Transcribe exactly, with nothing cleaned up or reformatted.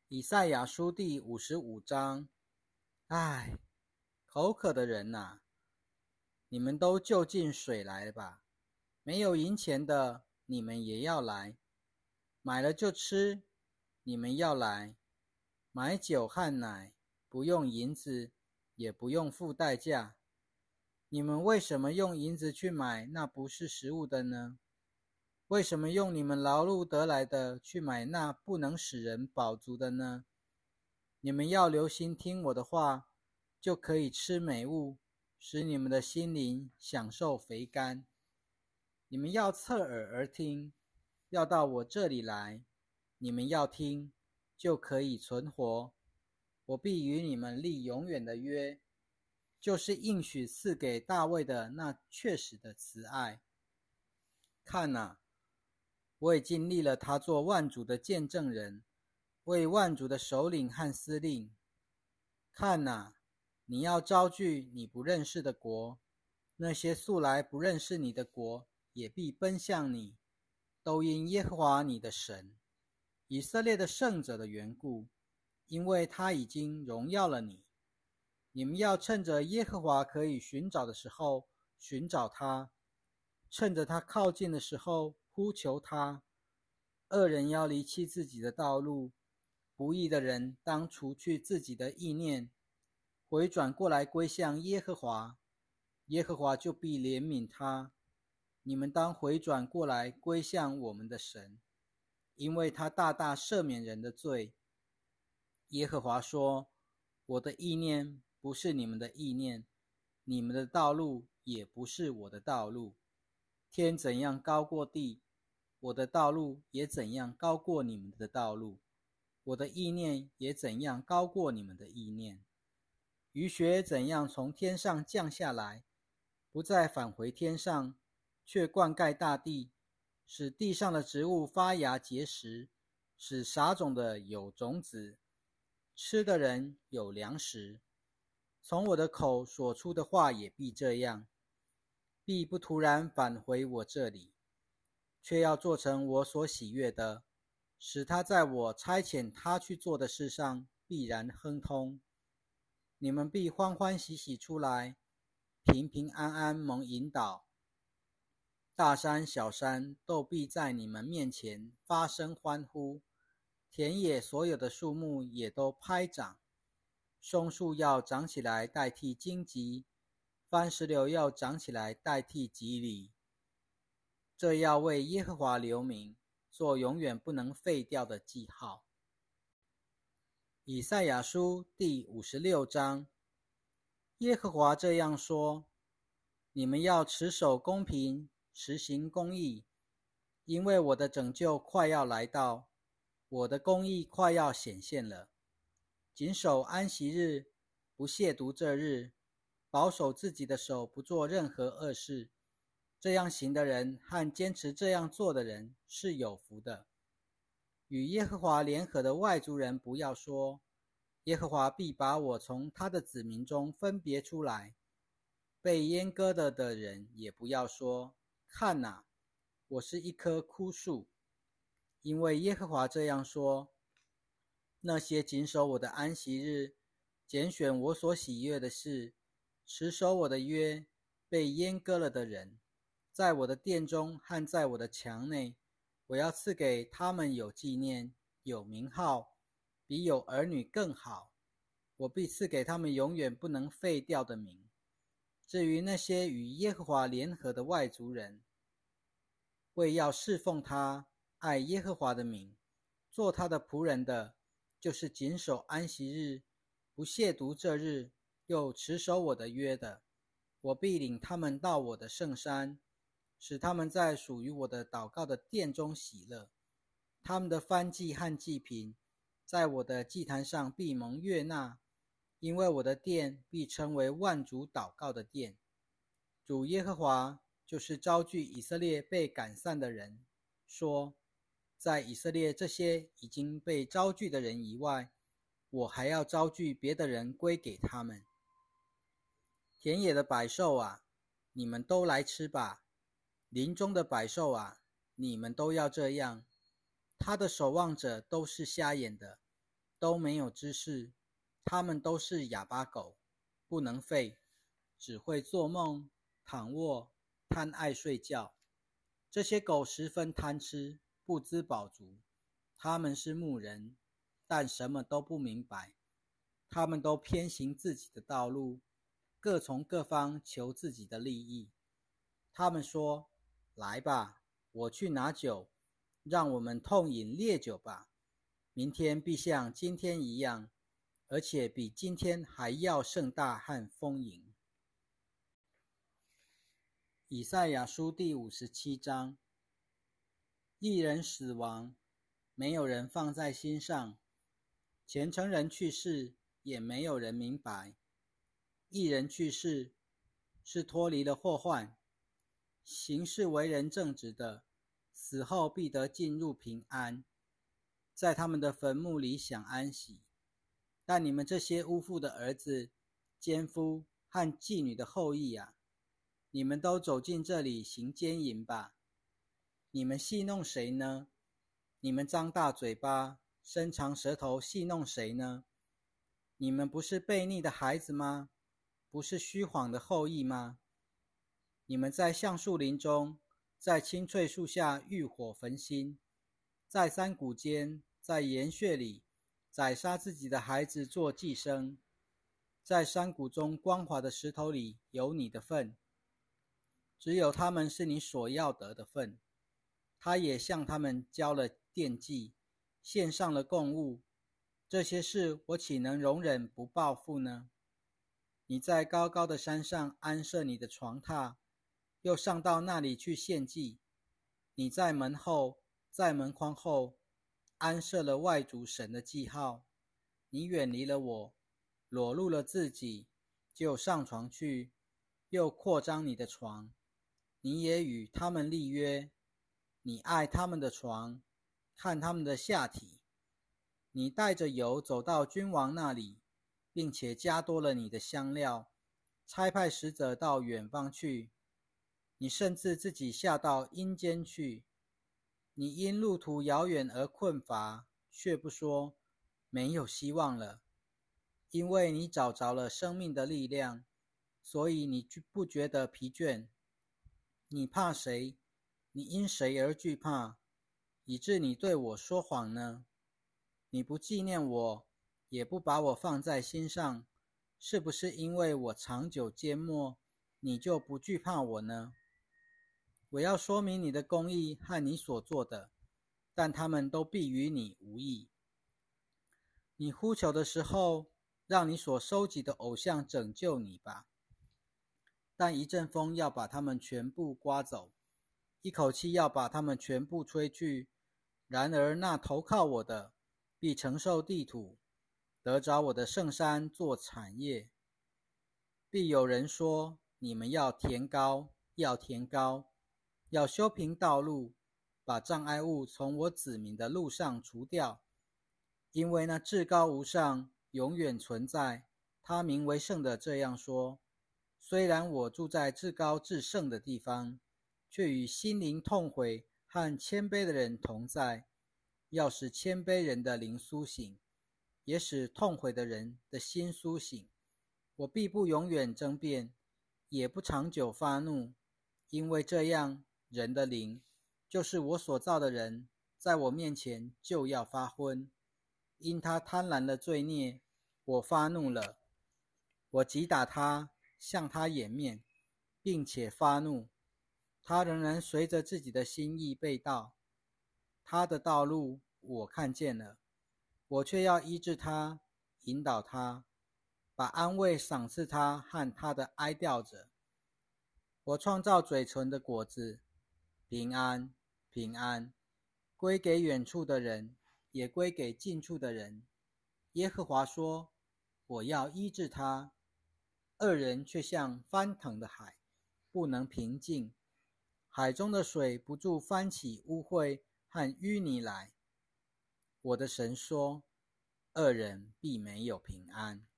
以赛亚书第五十五章。唉，口渴的人哪，你们都就近水来吧。没有银钱的，你们也要来，买了就吃。你们要来买酒和奶，不用银子，也不用付代价。你们为什么用银子去买那不是食物的呢？为什么用你们劳碌得来的去买那不能使人饱足的呢？你们要留心听我的话，就可以吃美物，使你们的心灵享受肥甘。你们要侧耳而听，要到我这里来。你们要听，就可以存活。我必与你们立永远的约，就是应许赐给大卫的那确实的慈爱。看哪，我已经立了他做万族的见证人，为万族的首领和司令。看哪，你要招聚你不认识的国，那些素来不认识你的国也必奔向你，都因耶和华你的神，以色列的圣者的缘故，因为他已经荣耀了你。你们要趁着耶和华可以寻找的时候寻找他，趁着他靠近的时候呼求他。恶人要离弃自己的道路，不义的人当除去自己的意念，回转过来归向耶和华，耶和华就必怜悯他。你们当回转过来归向我们的神，因为他大大赦免人的罪。耶和华说，我的意念不是你们的意念，你们的道路也不是我的道路。天怎样高过地，我的道路也怎样高过你们的道路，我的意念也怎样高过你们的意念。雨雪怎样从天上降下来，不再返回天上，却灌溉大地，使地上的植物发芽结实，使撒种的有种子，吃的人有粮食。从我的口所出的话也必这样，必不突然返回我这里，却要做成我所喜悦的，使他在我差遣他去做的事上必然亨通。你们必欢欢喜喜出来，平平安安蒙引导。大山小山都必在你们面前发声欢呼，田野所有的树木也都拍掌。松树要长起来代替荆棘，番石榴要长起来代替蒺藜。这要为耶和华留名，做永远不能废掉的记号。以赛亚书第五十六章。耶和华这样说，你们要持守公平，实行公义，因为我的拯救快要来到，我的公义快要显现了。谨守安息日，不亵渎这日，保守自己的手，不做任何恶事。这样行的人和坚持这样做的人是有福的。与耶和华联合的外族人不要说，耶和华必把我从他的子民中分别出来。被阉割的的人也不要说，看哪，我是一棵枯树。因为耶和华这样说，那些谨守我的安息日，拣选我所喜悦的事，持守我的约，被阉割了的人，在我的殿中和在我的墙内，我要赐给他们有纪念，有名号，比有儿女更好。我必赐给他们永远不能废掉的名。至于那些与耶和华联合的外族人，为要侍奉他，爱耶和华的名，做他的仆人的，就是谨守安息日，不亵渎这日，又持守我的约的，我必领他们到我的圣山，使他们在属于我的祷告的殿中喜乐。他们的燔祭和祭品，在我的祭坛上必蒙悦纳，因为我的殿必称为万族祷告的殿。主耶和华就是招聚以色列被赶散的人，说，在以色列这些已经被招聚的人以外，我还要招聚别的人归给他们。田野的百兽啊，你们都来吃吧；林中的百兽啊，你们都要这样。他的守望者都是瞎眼的， 都没有知识，他们都是哑巴狗，不能吠，只会做梦、躺卧、贪爱睡觉。这些狗十分贪吃，不知饱足。他们是牧人，但什么都不明白。他们都偏行自己的道路，各从各方求自己的利益。他们说：来吧，我去拿酒，让我们痛饮烈酒吧。明天必像今天一样，而且比今天还要盛大和丰盈。以赛亚书第五十七章。一人死亡，没有人放在心上；虔诚人去世，也没有人明白。一人去世，是脱离了祸患；行事为人正直的，死后必得进入平安，在他们的坟墓里享安息。但你们这些污妇的儿子、奸夫和妓女的后裔啊，你们都走进这里行奸淫吧。你们戏弄谁呢？你们张大嘴巴，伸长舌头戏弄谁呢？你们不是悖逆的孩子吗？不是虚谎的后裔吗？你们在橡树林中，在青翠树下欲火焚心，在山谷间，在岩穴里宰杀自己的孩子做祭牲。在山谷中光滑的石头里有你的份，只有他们是你所要得的份。他也向他们交了奠祭，献上了供物。这些事我岂能容忍不报复呢？你在高高的山上安设你的床榻，又上到那里去献祭。你在门后，在门框后安设了外族神的记号。你远离了我，裸露了自己，就上床去，又扩张你的床。你也与他们立约，你爱他们的床，看他们的下体。你带着油走到君王那里，并且加多了你的香料，差派使者到远方去。你甚至自己下到阴间去。你因路途遥远而困乏，却不说没有希望了，因为你找着了生命的力量，所以你不觉得疲倦。你怕谁？你因谁而惧怕，以致你对我说谎呢？你不纪念我，也不把我放在心上，是不是因为我长久缄默，你就不惧怕我呢？我要说明你的公义和你所做的，但他们都必与你无益。你呼求的时候，让你所收集的偶像拯救你吧。但一阵风要把他们全部刮走，一口气要把他们全部吹去。然而那投靠我的，必承受地土，得着我的圣山做产业。必有人说：你们要填高，要填高，要修平道路，把障碍物从我子民的路上除掉。因为那至高无上，永远存在，他名为圣的这样说：虽然我住在至高至圣的地方，却与心灵痛悔和谦卑的人同在，要使谦卑人的灵苏醒，也使痛悔的人的心苏醒。我必不永远争辩，也不长久发怒，因为这样人的灵，就是我所造的人，在我面前就要发昏。因他贪婪了罪孽，我发怒了，我击打他，向他掩面，并且发怒。他仍然随着自己的心意背道，他的道路我看见了，我却要医治他，引导他，把安慰赏赐他和他的哀悼者。我创造嘴唇的果子，平安，平安，归给远处的人，也归给近处的人。耶和华说：我要医治他。恶人却像翻腾的海，不能平静。海中的水不住翻起污秽和淤泥来。我的神说：恶人必没有平安。